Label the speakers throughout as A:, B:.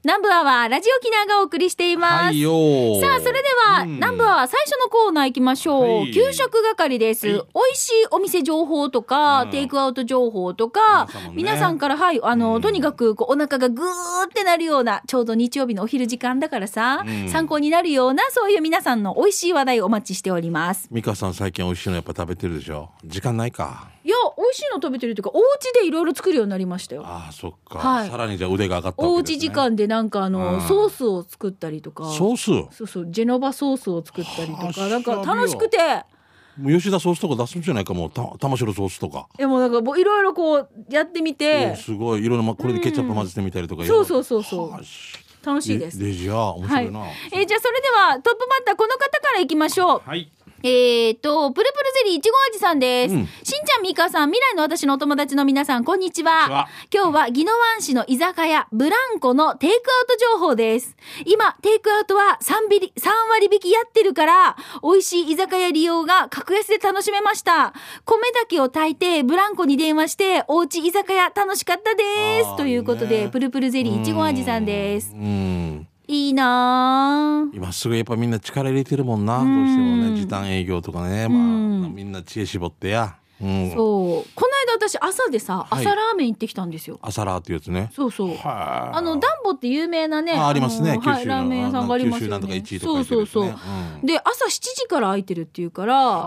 A: 南部アワーラジオキナがお送りしています。
B: はいよ。
A: さあそれでは、南部アワー最初のコーナー行きましょう、
B: はい、
A: 給食係です、はい、美味しいお店情報とか、テイクアウト情報とか、皆さんからはいとにかくこうお腹がグーってなるような、ちょうど日曜日のお昼時間だからさ、参考になるようなそういう皆さんの美味しい話題をお待ちしております。
B: 美香さん最近美味しいのやっぱ食べてるでしょ。時間ないか。
A: いや美味しいの食べてるというか、お家でいろいろ作るようになりましたよ。
B: ああそっか、
A: はい、
B: さらにじゃあ腕が上がったわけですね。
A: おうち時間でなんかソースを作ったりとか、
B: ソース、
A: そうそうジェノバソースを作ったりとか、なんか楽しくて、
B: もう吉田ソースとか出すんじゃないか、もう玉城ソースとか。
A: もうなんかもういろいろこうやってみて、
B: すごいいろいろ、これでケチャップ混ぜてみたりとか、
A: そう楽しいです。
B: レジ面白いな、
A: はい、じゃあそれではトップバッターこの方からいきましょう。
B: はい、
A: プルプルゼリーいちご味さんです、しんちゃんみーかさん、未来の私のお友達の皆さん、こんにちは。今日は宜野湾市の居酒屋ブランコのテイクアウト情報です。今テイクアウトは3割引きやってるから、美味しい居酒屋利用が格安で楽しめました。米だけを炊いてブランコに電話しておうち居酒屋楽しかったですということで、プルプルゼリーいちご味さんです。いいな
B: 今すぐやっぱみんな力入れてるもんな、どうしてもね、時短営業とかね、みんな知恵絞ってや、そう
A: この間私朝でさ、朝ラーメン行ってきたんですよ。
B: 朝ラーっていうやつね。
A: そうダンボって有名なね、
B: ありますね、九州の
A: ラーメン屋さんがありますよね。
B: 九州なんとか1位とか言ってるやつね。
A: で朝7時から空いてるっていうから、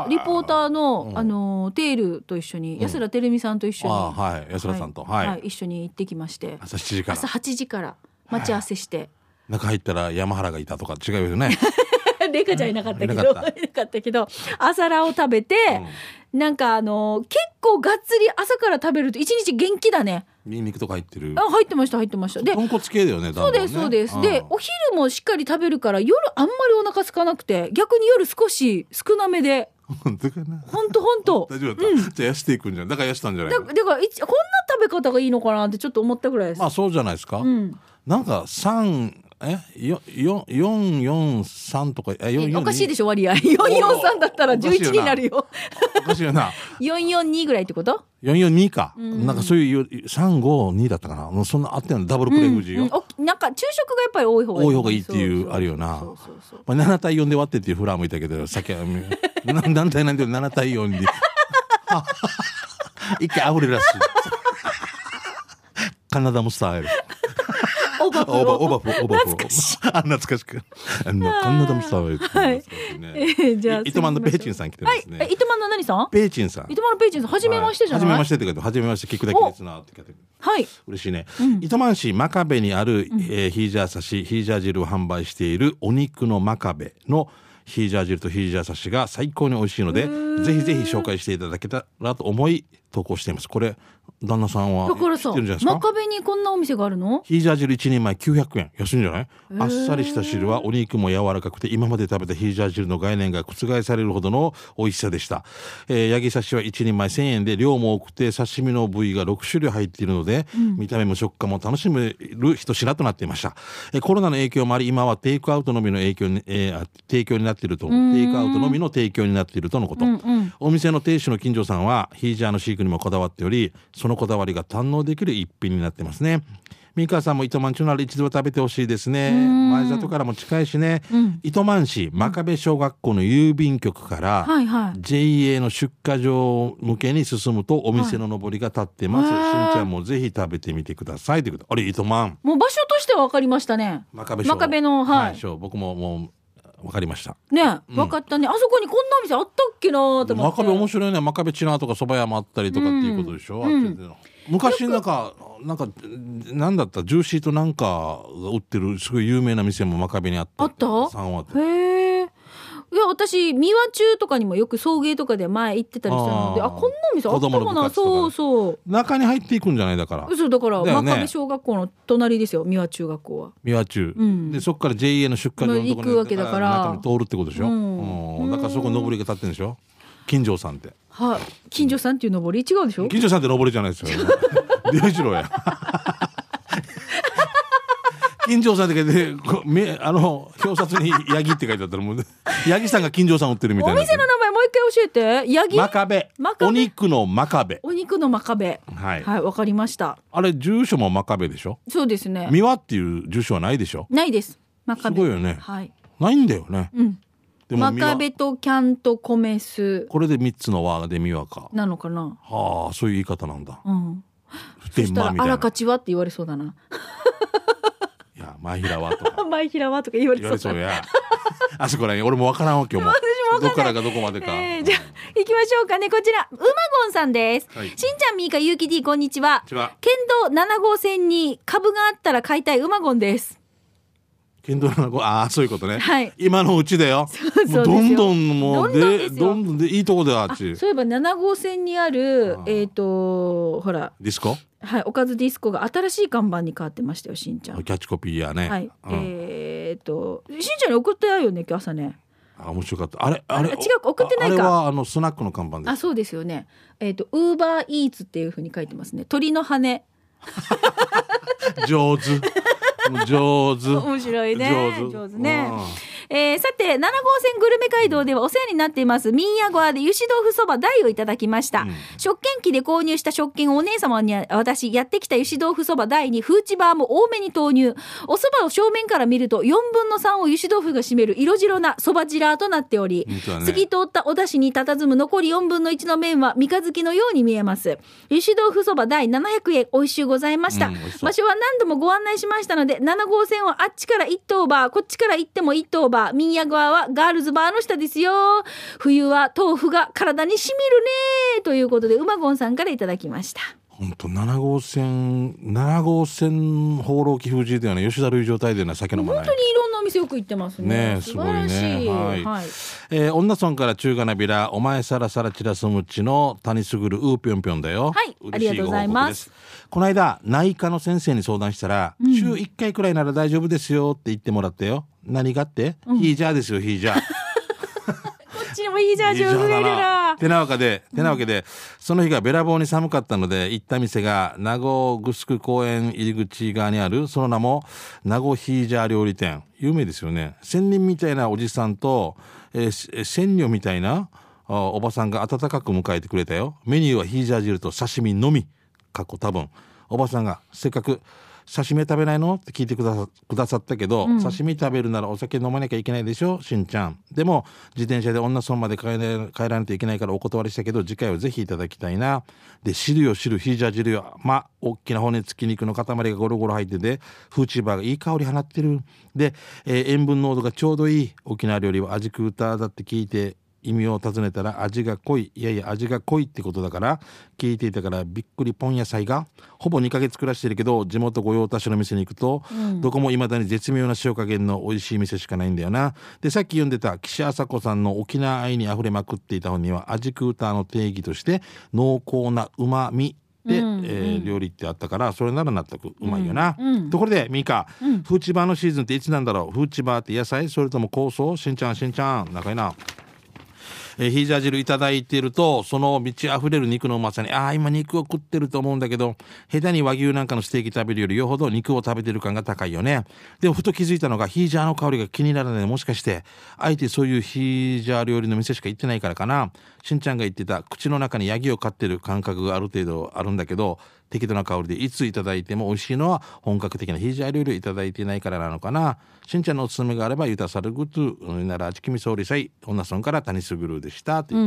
A: リポーターのテールと一緒に、安田照美さんと一緒に、
B: 安田さんと
A: 一緒に行ってきまして、
B: 朝7時から、
A: 朝8時から待ち合わせして、
B: 中入ったら山原がいたとか違うよね。
A: レカちゃんいなかったけど朝ラーを食べて、なんか結構がっつり朝から食べると一日元気だね。
B: ニンニクとか入ってる。
A: 入ってましたで、
B: 豚骨系だよね。
A: そうですで、お昼もしっかり食べるから夜あんまりお腹空かなくて、逆に夜少し少なめで。
B: 本当かな。
A: 本当
B: 大丈夫だった、じゃあ痩せていくんじゃん。だから痩せたんじゃない。
A: だからこんな食べ方がいいのかなってちょっと思ったぐらいです。
B: まあそうじゃないですか、なんか443とか、
A: おかしいでしょ割合。443だったら11になるよ。
B: おかしいよな。
A: 442ぐらいってこと？
B: 442か、なんかそういう352だったかな、そんなあったよね、ダブルプレイ富士よ、
A: なんか昼食がやっぱり多い方がいい
B: っていうあるよな。7対4で割ってっていうフラーもいたけど、さっき何対何で7対4で一回あふれらしい。カナダムスタイル。オーバーフ懐かしい。懐かしく。カナダムスタイル。じゃあ糸満のペイチンさん来てますね。
A: 糸満の何さん？
B: ペイチンさん。
A: 糸満のペイチンさん、初めましてじゃない？
B: 初めましてってこと、初めまして聞くだけですなって言って。
A: はい。
B: 嬉しいね。糸満市真壁にあるヒージャー刺し、ヒージャー汁を販売しているお肉の真壁のヒージャー汁とヒージャー刺しが最高に美味しいので、ぜひぜひ紹介していただけたらと思い投稿しています。これ旦那さんは知ってるんじゃないですか。
A: 真壁にこんなお店があるの？
B: ヒージャー汁1人前900円、安いんじゃない？あっさりした汁はお肉も柔らかくて、今まで食べたヒージャー汁の概念が覆されるほどの美味しさでした。ヤギ刺しは1人前1000円で、量も多くて刺身の部位が6種類入っているので、見た目も食感も楽しめる一品となっていました。コロナの影響もあり、今はテイクアウトのみの提供になっていると、テイクアウトのみの提供になっているとのこと。お店の亭主の金城さんはヒージャーの飼育にもこだわっており、そのこだわりが堪能できる一品になってますね。三川さんも糸満中なら一度食べてほしいですね。前里からも近いしね、糸満市真壁小学校の郵便局から、JA の出荷場向けに進むとお店の上りが立ってます、しんちゃんもぜひ食べてみてくださいということ。あれ糸満、
A: もう場所としては分かりましたね。真壁の、
B: 僕ももう分かりました
A: ね、分かったね。あそこにこんなお店あったっけなと思って。
B: 真壁面白いね。真壁チナとか蕎麦屋もあったりとかっていうことでしょ、昔なんかなんだった、ジューシーとなんかが売ってるすごい有名な店も真壁にあった。へえ。いや私三輪中とかにもよく送迎とかで前行ってたりしたので、こんなお店あったかな。そう中に入っていくんじゃない。だから
A: だから真壁小学校の隣ですよ、三輪中学校は。
B: 三輪中、でそこから JA の出荷場のところに
A: 行くわけだから
B: 中に通るってことでしょ、だからそこ上りが立ってるんでしょ、金城さんって。
A: 金城さんっていう上り違うでしょ。
B: 金城さんって上りじゃないですよ。龍一郎や。金城さんって書いて、表札にヤギって書いてあったら、もうヤギさんが金城さん売ってるみたいな。
A: お店の名前もう一回教えて。ヤギ
B: 真壁。お肉の真壁。
A: お肉の真壁。
B: はい。
A: はい、わかりました。
B: あれ、住所も真壁でしょ。
A: そうですね。
B: 三輪っていう住所はないでしょ。
A: ないです。真壁。
B: すごいよね。
A: はい。
B: ないんだよね。
A: うん。
B: でも
A: 真壁とキャンとコメス。
B: これで3つの和で三輪か。
A: なのかな。
B: はあ、そういう言い方なんだ。
A: うん。そしたら、あらかちはって言われそうだな。
B: いや、前平はとか。
A: 前平はとか言われそうだ。
B: や。あそこらへん、俺もわからんわ、今日も。どこからかどこまでか。
A: じゃあ、行きましょうかね。こちら、うまごんさんです。はい、しんちゃん、みーか、ゆうき D、こんにちは。県道7号線に株があったら買いたいうまごんです。
B: 県道7号、ああ、そういうことね。
A: はい。
B: 今のうちだよ。もうどんどんもうで、どんどんでいいとこであっち。
A: そういえば7号線にある、ほら。
B: ディスコ？
A: はい、おかずディスコが新しい看板に変わってましたよ、しんちゃん。
B: キャッチコピーやね。
A: はい。しんちゃんに送ったよね、今日朝ね。
B: あ、面白かった。あれ
A: 違う、送ってないか。
B: あれはスナックの看板です。
A: あ、そうですよね。ウーバーイーツっていう風に書いてますね。鳥の羽。
B: 上手。上手。
A: 面白いね。上手ね。さて、7号線グルメ街道ではお世話になっていますミーヤゴアで油脂豆腐そば大をいただきました、食券機で購入した食券をお姉様に私やってきた油脂豆腐そば大にフーチバーも多めに投入。おそばを正面から見ると4分の3を油脂豆腐が占める色白なそばジラーとなっており、透き通ったお出汁に佇む残り4分の1の麺は三日月のように見えます。油脂豆腐そば大700円美味しゅうございました、場所は何度もご案内しましたので、7号線はあっちから1等バー、こっちから行っても1等バー、ミーヤゴアはガールズバーの下ですよ。冬は豆腐が体にしみるねということで、うまごんさんからいただきました。
B: 本当7号線放浪記風神だよね。吉田類状態でな酒飲まない。
A: 本当にいろんなお店よく行ってますね。
B: ね、すごいね。
A: はい。
B: 女村から中華なびらお前さらさらちらすむっちの谷すぐるうーぴょんぴょんだよ。
A: はい、ありがとうございます。
B: この間内科の先生に相談したら、週1回くらいなら大丈夫ですよって言ってもらったよ。何がって、ヒージャーですよ、ヒージャー。
A: こっちにもヒージャー上手がいるな。
B: てなわけで、その日がべらぼうに寒かったので行った店が名護城公園入り口側にある、その名も名護ヒージャー料理店。有名ですよね。仙人みたいなおじさんと、仙女みたいなおばさんが温かく迎えてくれたよ。メニューはヒージャー汁と刺身のみ。多分おばさんがせっかく刺身食べないのって聞いてくださったけど、刺身食べるならお酒飲まなきゃいけないでしょ、しんちゃん。でも自転車で女村まで帰らないといけないからお断りしたけど、次回はぜひいただきたいな。で、汁よヒージャー汁よ、大きな骨付き肉の塊がゴロゴロ入ってて、フーチーバーがいい香り放ってる。で、塩分濃度がちょうどいい。沖縄料理は味食うただって聞いて意味を尋ねたら、味が濃い、いやいや味が濃いってことだから聞いていたから、びっくり。ポン野菜がほぼ2ヶ月暮らしてるけど、地元御用達の店に行くと、どこも未だに絶妙な塩加減の美味しい店しかないんだよな。で、さっき読んでた岸朝子さんの沖縄愛にあふれまくっていた本には、味クーターの定義として濃厚なうまみで、料理ってあったから、それなら納得。うまいよな、ところでミカ、フーチバーのシーズンっていつなんだろう。フーチバーって野菜、それとも香草？しんちゃん仲いいな。ヒージャー汁いただいていると、その満ち溢れる肉のうまさに、今肉を食ってると思うんだけど、下手に和牛なんかのステーキ食べるよりよほど肉を食べてる感が高いよね。でもふと気づいたのが、ヒージャーの香りが気にならない。もしかしてあえてそういうヒージャー料理の店しか行ってないからかな。しんちゃんが言ってた口の中にヤギを飼ってる感覚がある程度あるんだけど、適度な香りでいついただいても美味しいのは本格的なヒージャー料理をいただいていないからなのかな。しんちゃんのおすすめがあればゆたさるぐつならあちきみ総理祭女村から谷すぐるでしたという、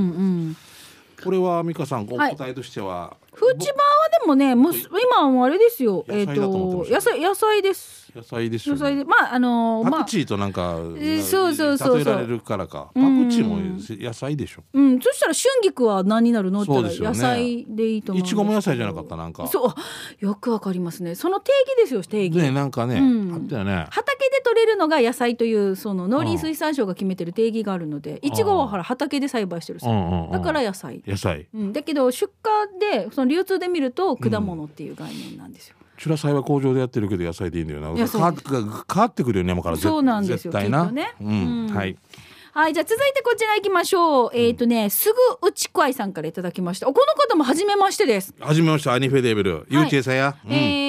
B: これは美香さんお答えとしては、
A: フーチバーはでもね、もう今はあれですよ、野菜です。
B: 野菜ですよね。
A: 野菜で、
B: パクチーとなんか、
A: そう
B: 例えられるからか。パクチーも野菜でしょ。
A: そしたら春菊は何になるのって言ったら野菜でいいと思う。
B: いちごも野菜じゃなかった？なんか
A: そうよくわかりますね。その定義ですよ、定義
B: ね。なんかね、あったよね。
A: 畑で取れるのが野菜という、その農林水産省が決めてる定義があるので、いちごはほら畑で栽培してるさ、だから野菜、だけど出荷でその流通で見ると果物っていう概念なんですよ。
B: チュラ菜は工場でやってるけど野菜でいいんだよな。変わってくるよね、今から。
A: そうなんですよ、
B: 絶対な、
A: きっとね。
B: はい、
A: じゃあ続いてこちら行きましょう。すぐうちこいさんからいただきました。この方も初めましてです。
B: 初めまして、アニフェデーベル、ゆうちえさや。
A: しんちゃんは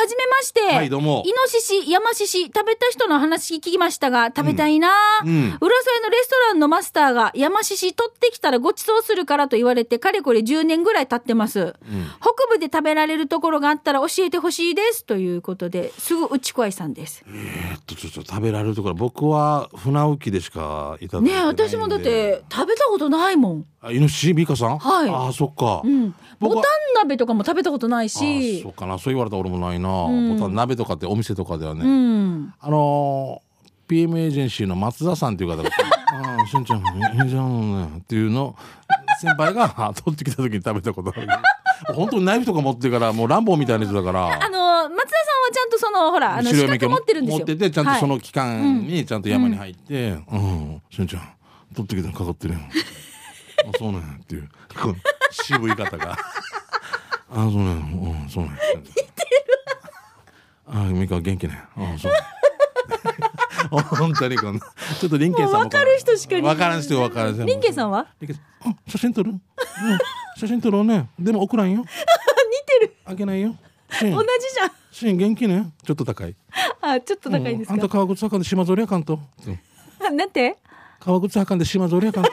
A: はじめまして。
B: はい、どうも。
A: イノシシ、ヤマシシ、食べた人の話聞きましたが、食べたいな、浦添のレストランのマスターが、ヤマシシ取ってきたらご馳走するからと言われて、かれこれ10年ぐらい経ってます。北部で食べられるところがあったら教えてほしいです。ということで、すぐうちこいさんです。
B: ちょっと食べられるところ、僕は船浮きでしかいただいてないんで。
A: ねえ、私もだって食べたことないもん。
B: イノシシ、ミカさん。
A: はい。
B: ああ、そっか。
A: ボタン鍋とかも食べたことないし。
B: そうかな、そう言われたら俺もないな。ボタン鍋とかってお店とかではね。PM エージェンシーの松田さんっていう方がしんちゃんいいじゃんねっていうの先輩が取ってきた時に食べたことある。本当にナイフとか持ってからもうランボーみたいな人だから。
A: 松田さんはちゃんとそのほら資格持ってるんですよ。
B: 持っててちゃんとその期間にちゃんと山に入ってしんちゃん取ってきたのかかってるよ。あ、そうねっていう渋い方があ、そうね、そうね。似てる。あ、ミカ元気ね。あ、そう。本当にこんなちょっと林健さんも
A: 分かる人しか
B: 分からん人分からん人。
A: 林健さんは
B: 写真撮る、写真撮ろうね。でも送らんよ。似
A: てる。
B: あげないよ。
A: 同じじゃん。
B: シン元気ね。ちょっと高い。
A: あ、ちょっと高いんですか。
B: あんた革靴履かんで島ぞりあかんと。
A: なんて
B: 革靴履かんで島ぞりあかんと。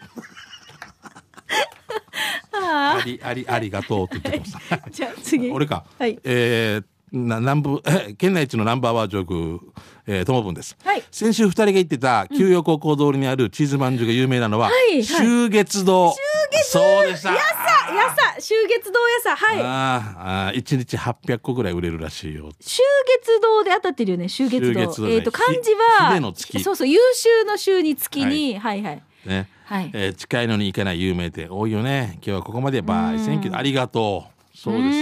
B: ありがとうって言ってます。
A: じゃあ次。
B: 俺か。
A: はい。
B: 南部県内一のナンバーワージョークともぶんです、
A: はい、
B: 先週2人が言ってた旧陽高校通りにあるチーズまんじゅうが有名なのは、秋月堂。そうでした。
A: やさ秋月堂やさ。
B: はい。1日800個ぐらい売れるらしいよ。
A: 秋月堂で当たってるよね。秋月堂。漢字は
B: 秀の月。
A: そう優秀の週に月に、はいはい
B: ね、近いのに行けない有名店多いよね。今日はここまでバイ。センキュー、ありがとう。そうです。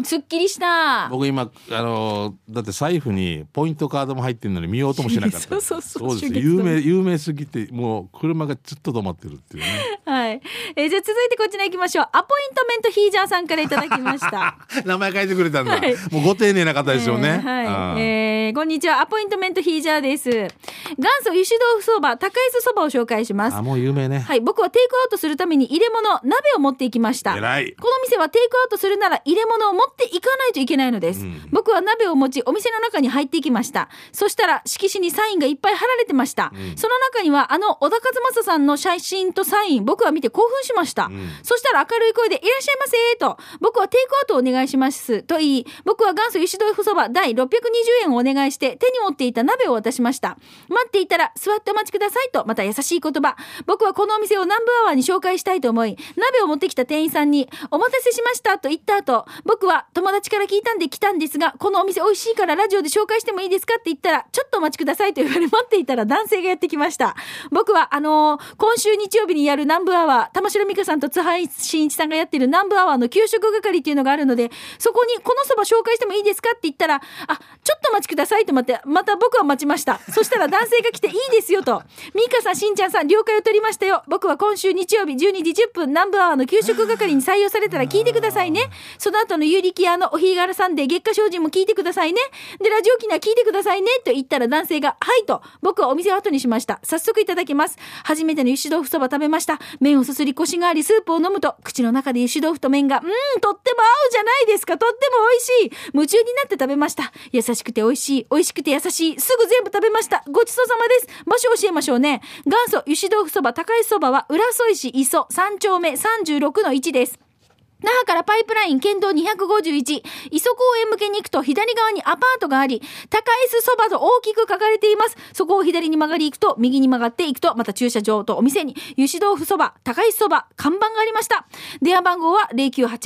A: すっきりした。
B: 僕今だって財布にポイントカードも入ってるのに見ようともしなかった。そうです。有名すぎてもう車がずっと止まってるっていうね。
A: はい。じゃあ続いてこちら行きましょう。アポイントメントヒージャーさんからいただきました。
B: 名前書いてくれたんだ。もうご丁寧な方ですよね。
A: はい。こんにちは。アポイントメントヒージャーです。元祖油脂豆腐そば高須そばを紹介します。
B: もう有名ね。
A: はい。僕はテイクアウトするために入れ物鍋を持っていきました。
B: 偉い。
A: この店はテイクアウトするなら入れ物を持っていかないといけないのです、僕は鍋を持ちお店の中に入っていきました。そしたら色紙にサインがいっぱい貼られてました、その中には小田和正さんの写真とサイン。僕は見て興奮しました、そしたら明るい声でいらっしゃいませと、僕はテイクアウトをお願いしますと言い、僕は元祖油脂豆腐そば第620円をお願いして手に持っていた鍋を渡しました。待っていたら座ってお待ちくださいとまた優しい言葉。僕はこのお店を南部アワーに紹介したいと思い、鍋を持ってきた店員さんにお待たせしましたと言った後、僕は友達から聞いたんで来たんですが、このお店美味しいからラジオで紹介してもいいですかって言ったら、ちょっとお待ちくださいと言われ待っていたら男性がやってきました。僕は今週日曜日にやる南部アワー、玉城美香さんと津波真一さんがやってる南部アワーの給食係っていうのがあるので、そこにこのそば紹介してもいいですかって言ったら、ちょっとお待ちくださいとまた僕は待ちました。そしたら男性が来ていいですよと、美香さんしんちゃんさん了解を取りましたよ。僕は今週日曜日12時10分南部アワーの給食係に採用されたら聞いてくださいね。その後の有力屋のお日柄さんで月下精進も聞いてくださいね。でラジオ機には聞いてくださいねと言ったら男性がはいと、僕はお店を後にしました。早速いただきます。初めての油脂豆腐そば食べました。麺をすすりコシがあり、スープを飲むと口の中で油脂豆腐と麺がとっても合うじゃないですか。とっても美味しい。夢中になって食べました。優しくて美味しい、美味しくて優しい、すぐ全部食べました。ごちそうさまです。場所教えましょうね。元祖油脂豆腐そば高井そばは浦添市磯3丁目 36-1 です。那覇からパイプライン県道251、磯公園向けに行くと左側にアパートがあり、高須そばと大きく書かれています。そこを左に曲がり行くと、右に曲がっていくと、また駐車場とお店に油脂豆腐そば、高須そば、看板がありました。電話番号は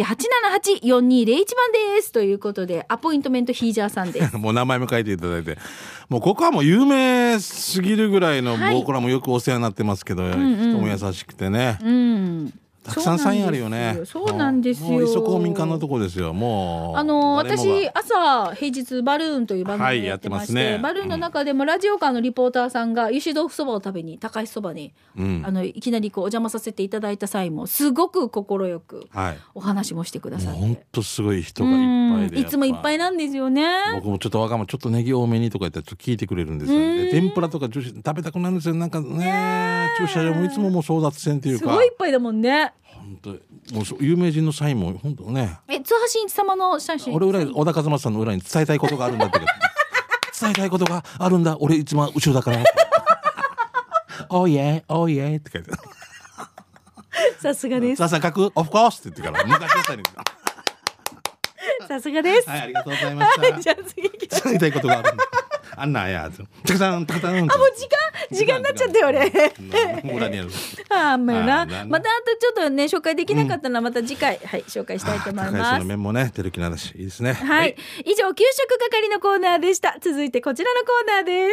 A: 098-878-4201 番です。ということで、アポイントメントヒージャーさんです。
B: もう名前も書いていただいて、もうここはもう有名すぎるぐらいの、僕らもよくお世話になってますけど、人も優しくてね。たくさんサインあるよね。
A: そうなんですよ。
B: もう磯公民館のとこですよ。もう
A: 私朝平日バルーンという番組をやってまして、
B: やってますね。
A: バルーンの中でもラジオカーのリポーターさんが油脂豆腐そばを食べに高橋そばに、いきなりお邪魔させていただいた際もすごく心よくお話もしてくださって、
B: 本当すごい人がいっぱいで、
A: いつもいっぱいなんですよね。
B: 僕もちょっとわがままちょっとネギ多めにとか言ったらちょっと聞いてくれるんですよ。で天ぷらとか食べたくなるんですよ。なんかね、駐車場もいつももう争奪戦っていうか、
A: すごいいっぱいだもんね。
B: 本当もう有名人のサインも本当ね。
A: 津波真一様の写真。
B: 俺裏に小田和正さんの裏に伝えたいことがあるんだって伝えたいことがあるんだ。俺一番後ろだから。おいえおいえって書いて。
A: さすがです。
B: ささん書くオフコースって言ってから昔の人に。
A: さすがです。
B: はい、ありがとうございました。
A: じゃあ次行きましょう。
B: 伝えたいことがあるんだ。あんなんや。たくさんたくさん。
A: あ、もう時間になっちゃったよ俺。
B: 裏にある。
A: あんまよな。またあとちょっとね紹介できなかったのはまた次回、はい紹介したいと思います。
B: 高橋の面もね、テルキナだしいいですね。
A: はい。以上給食係のコーナーでした。続いてこちらのコーナーです。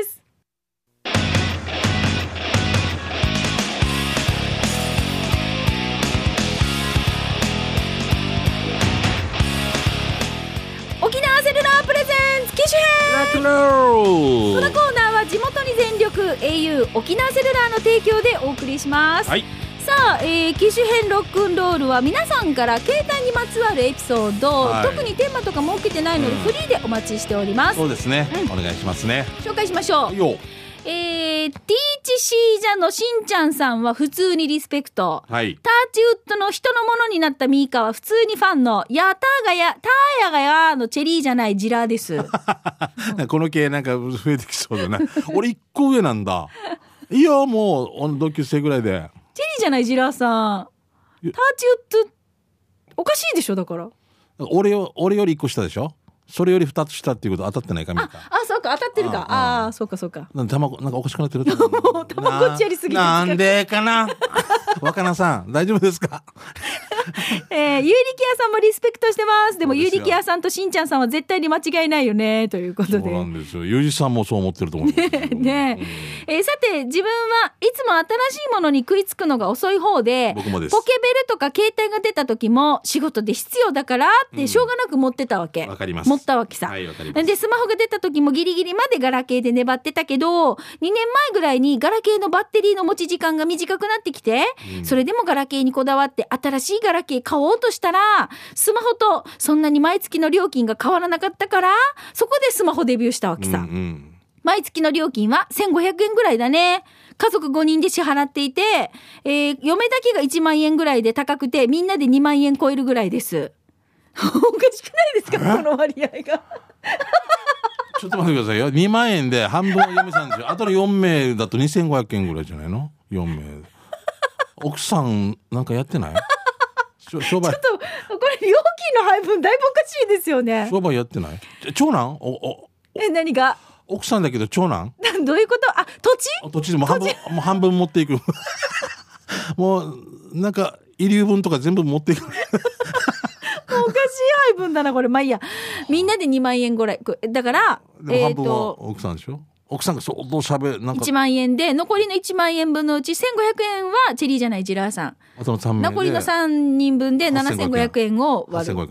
A: 沖縄セルラープレゼンツ機種編。このコーナーは地元に全力 au 沖縄セルラーの提供でお送りします。はい。さあ、機種編ロックンロールは皆さんから携帯にまつわるエピソード、はい、特にテーマとか設けてないのでフリーでお待ちしております。
B: そうですね、お願いしますね。
A: 紹介しましょう。ティーチシージャのしんちゃんさんは普通にリスペクト、はい、ターチウッドの人のものになったミーカは普通にファンのやたーがやたーやがやのチェリーじゃないジラーです。
B: この系なんか増えてきそうだな。俺一個上なんだ。いいよもう同級生ぐらいで。
A: チェリーじゃないジラーさん。ターチウッドおかしいでしょ。だから
B: 俺より一個下でしょ。それより2つ下っていうこと当たってないかみたいな。
A: そうか当たってるか。ああそうかそうか。
B: なんかおかしくなってる。
A: たまごっちやりすぎて
B: なんでかな。若菜さん大丈夫ですか。
A: ユーリキヤさんもリスペクトしてます。でもユーリキヤさんとしんちゃんさんは絶対に間違いないよねということで。そう
B: なんですよ。ユージさんもそう思ってると思います
A: ね。さて自分はいつも新しいものに食いつくのが遅い方で、
B: 僕もです。
A: ポケベルとか携帯が出た時も仕事で必要だからってしょうがなく持ってたわけ。
B: わかります。
A: 持ったわけさ。はい、わかります。でスマホが出た時もギリギリまでガラケーで粘ってたけど、2年前ぐらいにガラケーのバッテリーの持ち時間が短くなってきて、それでもガラケーにこだわって新しいガラケー買おうとしたら、スマホとそんなに毎月の料金が変わらなかったから、そこでスマホデビューしたわけさ。毎月の料金は1500円ぐらいだね。家族5人で支払っていて、嫁だけが1万円ぐらいで高くて、みんなで2万円超えるぐらいです。おかしくないですかこの割合が。
B: ちょっと待ってくださいよ。2万円で半分嫁さんですよ。あとの4名だと2500円ぐらいじゃないの。4名。奥さんなんかやってない？商売。ちょっとこ
A: れ料金の配分だいぶおかしいですよね。
B: 商売やってない？長男？
A: 何が？
B: 奥さんだけど長男？
A: どういうこと？土地でも
B: 半分持っていく。もうなんか遺留分とか全部持っていく。
A: おかしい配分だなこれ。まあいいや。みんなで2万円ぐらいだから、
B: でも半分は奥さんでしょ。奥さんが相当なんか
A: 1万円で残りの1万円分のうち1500円はチェリーじゃないジラーさん。
B: あとの3名で
A: 残りの3人分で7500円を割る。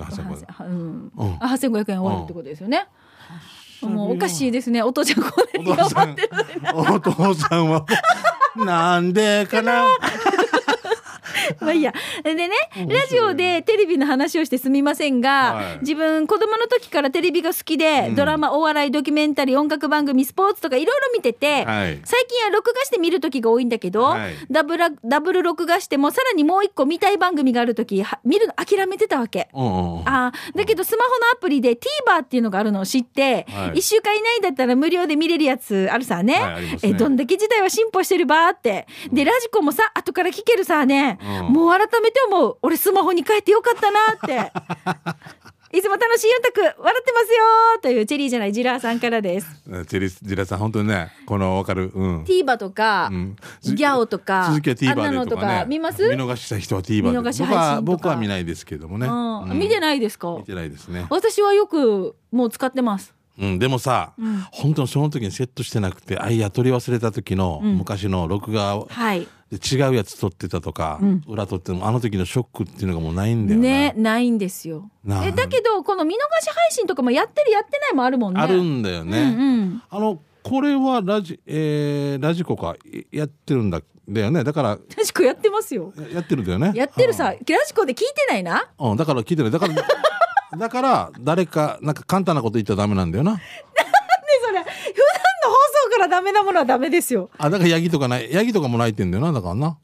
B: 8500
A: 円割るってことですよね。もうおかしいですね。お父ちゃんこれ頑張ってる
B: お父さんはなんでかな。
A: まあいいや。でね、ラジオでテレビの話をしてすみませんが、はい、自分子供の時からテレビが好きで、ドラマ、お笑い、ドキュメンタリー、音楽番組、スポーツとかいろいろ見てて、はい、最近は録画して見る時が多いんだけど、はい、ダブル録画してもさらにもう一個見たい番組がある時見るの諦めてたわけ。だけどスマホのアプリで TVer っていうのがあるのを知って、1週間以内だったら無料で見れるやつあるさね。どんだけ時代は進歩してるばーって。でラジコもさ後から聞けるさね。もう改めて思う。俺スマホに変えてよかったなっていつも楽しい歌く笑ってますよというチェリーじゃないジラーさんからです。
B: チェリージラーさん本当にねこの分かる、
A: TVer とか、ギャオとか
B: 続きは TVer でとかね
A: 見ます？
B: 見逃した人は TVer で
A: 見逃し配信とか
B: 僕は見ないですけどもね、
A: 見てないですか？
B: 見てないですね。
A: 私はよくもう使ってます。
B: でもさ、本当にその時にセットしてなくて取り忘れた時の昔の録画を、で違うやつ撮ってたとか、裏撮ってもあの時のショックっていうのがもうないんだよね。
A: ないんですよ。だけどこの見逃し配信とかもやってるやってないもあるもんね。
B: あるんだよね。これはラジコかやってるんだよね。だから
A: ラジコやってますよ。
B: やってるんだよね。
A: やってるさ、ラジコで聞いてないな。
B: だから聞いてない。だから誰かなんか簡単なこと言ったらダメなんだよな。なんで
A: それ普段の放送からダメなものはダメですよ。
B: だからヤギとかも泣いてんだよな。だからな。
A: う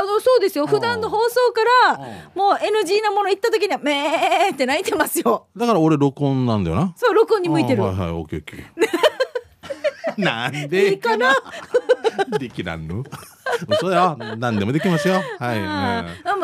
A: そうですよ。普段の放送からもう NG なもの言った時にはめーって泣いてますよ。
B: だから俺録音なんだよな。
A: そう、録音に向いてる。
B: はいはい、オッケーオッケー。なんで
A: いいかな。
B: できらんの。そうよ、何でもできますよ。はい。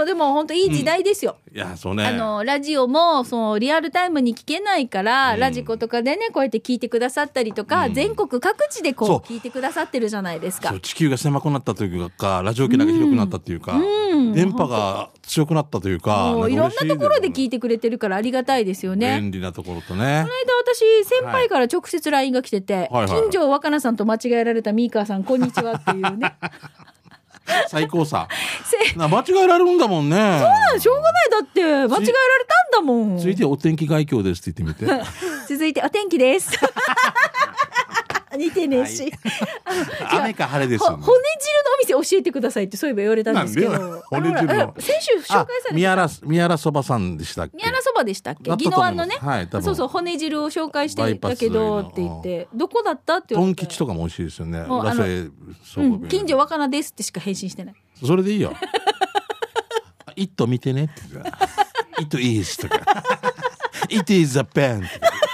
A: でも本当いい時代ですよ。
B: いや、そうね。
A: ラジオもそうリアルタイムに聞けないから、ラジコとかでねこうやって聞いてくださったりとか、全国各地でこう聞いてくださってるじゃないですか。
B: そう、地球が狭くなったというか、ラジオ機能が広くなったというか、電波が強くなったというか、
A: いろんなところで聞いてくれてるからありがたいですよね。
B: 便利なところとね。この
A: 間私先輩から直接 LINE が来てて、金城若菜さんと間違えられたミーカーさんこんにちはっていうね。
B: 最高さ。間違えられるんだもんね。そう
A: なん、しょうがない。だって間違えられたんだもん。
B: 続いてお天気概況ですって言ってみて。
A: 続いてお天気です。似てねえし、
B: 雨か晴れです。
A: 骨汁のお店教えてくださいってそういえば言われたんですけど、
B: 骨汁の
A: 先週紹介された
B: 宮原そばさんでしたっけ。
A: 宮原そばでしたっけ。宜野湾のね、
B: はい、
A: そうそう、骨汁を紹介してたけどって言って、どこだったって言われて、
B: トン吉とかも美味しいですよね。
A: 近所若菜ですってしか返信してない。
B: それでいいよ。イット見てねって。イットイースとか。It is a pen。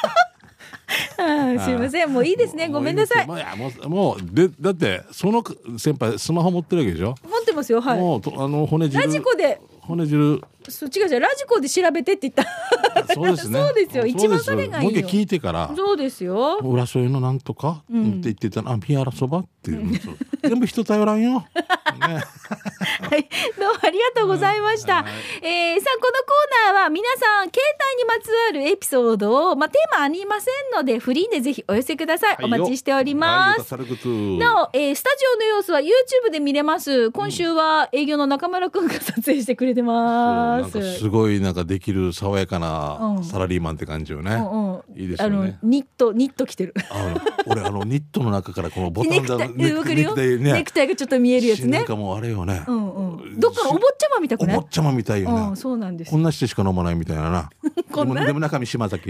A: すいません、もういいですね、ごめんなさい。
B: もうでだってその先輩スマホ持ってるわけでしょ。
A: 持ってますよ。はい。
B: もう骨汁。
A: ラジコで。
B: 骨汁。
A: そう、違うラジコで調べてって言った。
B: そうですね。
A: そうですよ。一番それがいいよ。
B: もう一回聞いてから。
A: そうですよ。
B: 浦添のなんとかって言ってたら、宮原そばっていう。全部人頼らんよ。
A: はい、どうもありがとうございました。さあ、このコーナーは皆さん携帯にまつわるエピソードを、テーマありませんのでフリーでぜひお寄せください。お待ちしております。なお、スタジオの様子は YouTube で見れます。今週は営業の中村くんが撮影してくれてます。
B: なんかすごいできる爽やかなサラリーマンって感じよね。いいですよね。
A: ニット着てる。
B: 俺ニットの中からこのボタンだ
A: ネクタイがちょっと見えるやつね。
B: なんかもうあれよね。
A: どっかのお坊ちゃまみたくない？
B: お坊ちゃまみたいよね。
A: そうなんです。
B: こんなしてしか飲まないみたいなな。でも中身島崎。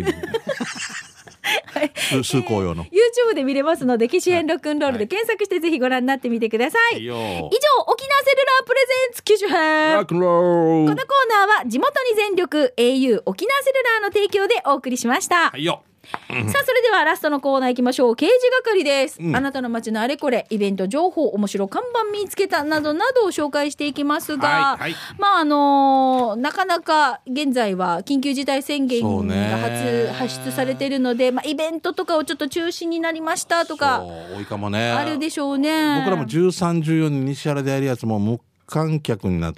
B: 数校用の
A: YouTube で見れますので、機種編ロックンロールで検索してぜひご覧になってみてください。以上、沖縄セルラープレゼンツ機種編。このコーナーは地元に全力 au 沖縄セルラーの提供でお送りしました。
B: はいよ。
A: さあ、それではラストのコーナー行きましょう。刑事係です。あなたの街のあれこれ、イベント情報、面白看板見つけたなどなどを紹介していきますが、なかなか現在は緊急事態宣言が発出されているので、イベントとかをちょっと中止になりましたとか
B: 多いかもね。
A: あるでしょうね。
B: 僕らも13、14に西原でやるやつも無観客になって、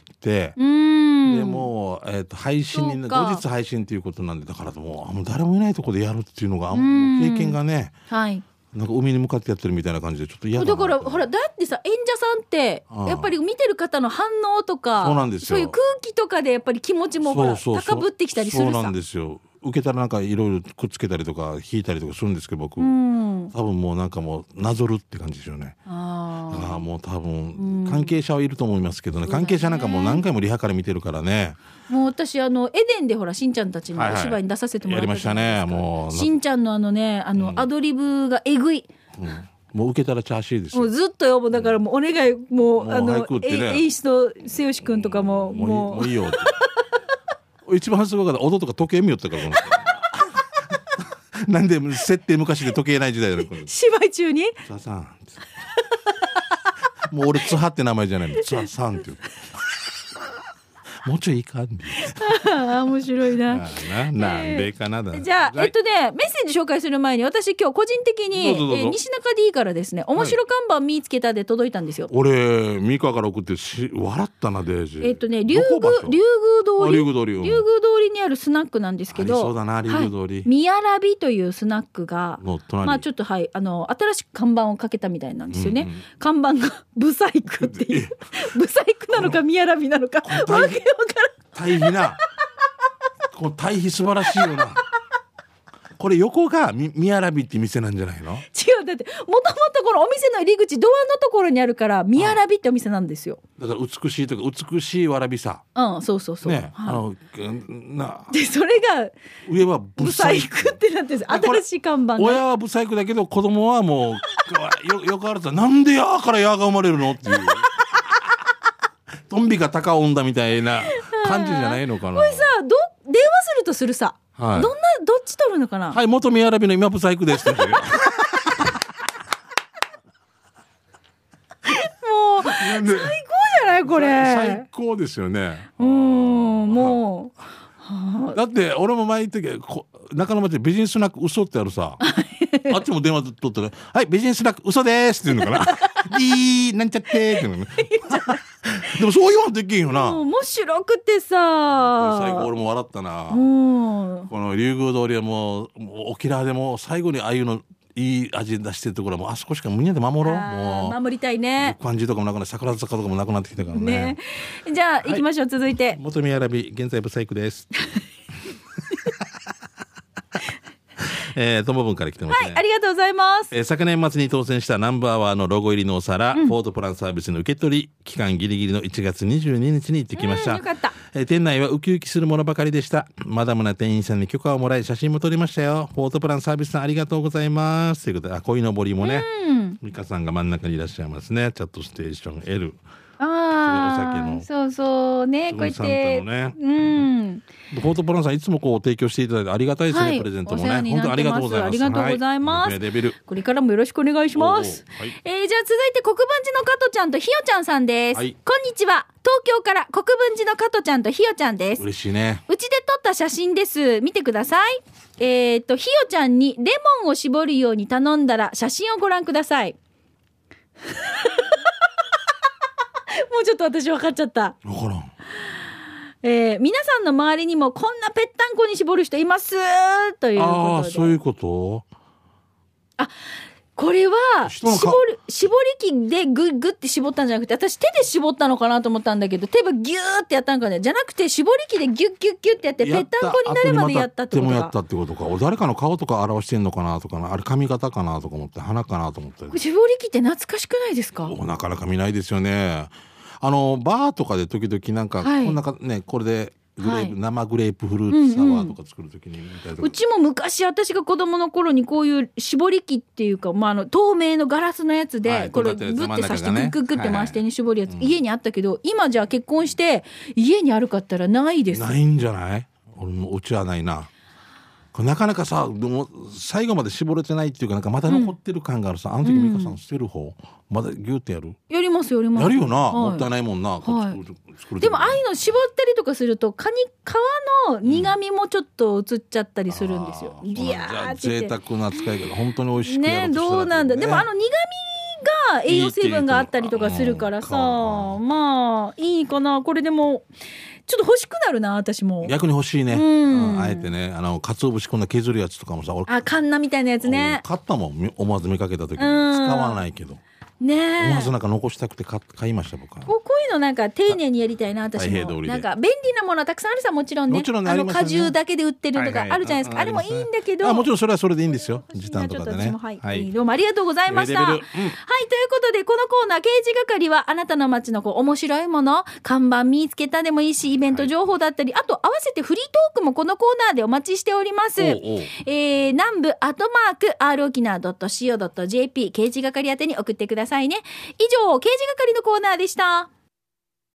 B: でもう、配信に後日配信ということなんで、だからもう誰もいないところでやるっていうのが経験がね、なんか海に向かってやってるみたいな感じでちょっと嫌だな。
A: だからほら、だってさ、演者さんってやっぱり見てる方の反応とか、
B: そうなんですよ。
A: そういう空気とかでやっぱり気持ちも高ぶってきたりするさ。
B: そうなんですよ。受けたらなんかいろいろくっつけたりとか引いたりとかするんですけど、僕多分もうなんかもうなぞるって感じですよね。もう多分関係者はいると思いますけどね。関係者なんかもう何回もリハから見てるからね。
A: もう私エデンでほらしんちゃんたちのお芝居に出させてもらったじゃないですか。
B: やりましたね。もう
A: しんちゃんのアドリブがえぐい。
B: もう受けたらチャーシーですよ。
A: もうずっとよ。だからもうお願い、もう演出の末吉くんとかも
B: もういいよって。一番すごかった音とか時計見よったからなんで設定昔で時計ない時代だろ。
A: 芝居中に
B: ツアさんもう俺ツハって名前じゃないの。ツアさんってもうちょいいいかんで
A: 面白いな。
B: なんでかなだ。
A: じゃあメッセージ紹介する前に、私今日個人的に西中 D からですね、面白看板見つけたで届いたんですよ。
B: 俺ミカから送って笑ったな。デージ
A: 竜宮通りにあるスナックなんですけど、
B: そうだな、竜宮通り、
A: 宮ラビというスナックが
B: ちょ
A: っと新しく看板をかけたみたいなんですよね。看板がブサイクっていうブサイクなのか宮ラビなのかわけわからん。
B: 対比なこの対比素晴らしいよな。これ横が宮ラビって店なんじゃないの？
A: 違う、だってもともとこのお店の入り口ドアのところにあるから宮ラビってお店なんですよ。
B: だから美しいとか美しいわらびさ。
A: そうそうそう。
B: ね、
A: でそれが
B: 上はブサイク
A: ってなってるんです。新しい看板が。
B: 親はブサイクだけど子供はもうよくあるとなんでやーからやーが生まれるのっていう。 トンビが鷹を産んだみたいな感じじゃないのかな。
A: これさ、電話するとするさ、
B: はい、
A: どっち取るのかな。
B: はい、元宮ラビの今ブサイクですって。もう
A: 最高じゃないこれ。
B: 最高ですよね。
A: も
B: うだって俺も前言ったけど、中野町でビジネススナック嘘ってあるさ。あっちも電話取ったら、はい、ビジネススナック嘘ですって言うのかな。なんちゃってって言うのね。でもそういうのできんよな。
A: 面白くてさ。
B: 最後俺も笑ったな。この竜宮通りはもう沖縄でも最後にああいうのいい味出してるところはもうあそこしかみんなで守ろう。もう
A: 守りたいね。
B: 感じとかもなくなって桜坂とかもなくなってきたからね。
A: じゃあ行きましょう、続いて。
B: 元宮ラビ現在ブサイクです。ともぶんから来てますね。
A: はい、ありがとうございます。
B: 昨年末に当選したナンバーワーのロゴ入りのお皿、フォートプランサービスの受け取り期間ギリギリの1月22日に行ってきました。
A: よかった。
B: 店内はウキウキするものばかりでした。マダムな店員さんに許可をもらい写真も撮りましたよ。フォートプランサービスさんありがとうございます。ということで、鯉のぼりもね、美香さんが真ん中にいらっしゃいますね。チャットステーション L。お酒の
A: そうそうね、こうやって、
B: ね、フォートプランさんいつもこう提供していただいてありがたいですね、プレゼントもね。本当にありがとうございます。
A: ありがとうございます。これからもよろしくお願いします。じゃあ続いて国分寺の加トちゃんとひよちゃんさんです。こんにちは。東京から国分寺の加トちゃんとひよちゃんです。
B: 嬉しいね。
A: うちで撮った写真です。見てください。ひよちゃんにレモンを絞るように頼んだら写真をご覧ください。もうちょっと私分かっちゃった。
B: 分からん。
A: 皆さんの周りにもこんなぺったんこに絞る人いますということで。
B: そういうこと。
A: これは絞り器でグッって絞ったんじゃなくて、私手で絞ったのかなと思ったんだけど、手がギューってやったのかね、じゃなくて絞り器でギュッギュッギュッってやってぺったんこになるまでやったってことか。
B: やったってことか。誰かの顔とか表してんのかなとかな、あれ髪型かなとか思って、鼻かなと思って。
A: 絞り器って懐かしくないですか？
B: なかなか見ないですよね。バーとかで時々なんか、こんなね、これで生グレープフルーツサワーとか作るときにみたいな。
A: うちも昔私が子供の頃にこういう絞り器っていうか、透明のガラスのやつで、これブッて刺してグッグッグッって回してに絞るやつ、家にあったけど、今じゃあ結婚して家にあるかったらないです。
B: ないんじゃない？俺もうちはないな。なかなかさ、でも最後まで絞れてないっていうか、なんかまだ残ってる感があるさ。あの時美香さん捨てる方まだギューってやる？
A: やりますやります。
B: やるよな、もったいないもんな。
A: でもああいうの絞ったりとかすると皮の苦味もちょっと移っちゃったりするんですよ。
B: じゃあ贅沢な使い方、本当に美味しくやろうとしたら
A: どうなんだ。でも苦味が栄養成分があったりとかするからさ、いいかな。これでもちょっと欲しくなるな、私も。
B: 逆に欲しいね。あえてね、鰹節こんな削るやつとかもさ、
A: カンナみたいなやつね。
B: 買ったもん、思わず見かけた時に。使わないけど。
A: ね、
B: 思わずなんか残したくて買いました僕は。
A: こういうのなんか丁寧にやりたいな、私も。なんか便利なものたくさんあるさ、もちろんね。果汁だけで売ってるとかあるじゃないですか。あれもいいんだけど。
B: もちろんそれはそれでいいんですよ。時短とかでね。
A: どうもありがとうございました。はい、ということでこのコーナー刑事係はあなたの街の面白いもの、看板見つけたでもいいし、イベント情報だったり、あと合わせてフリートークもこのコーナーでお待ちしております。南部@r沖縄.co.jp 刑事係宛てに送ってくださいね。以上、刑事係のコーナーでした。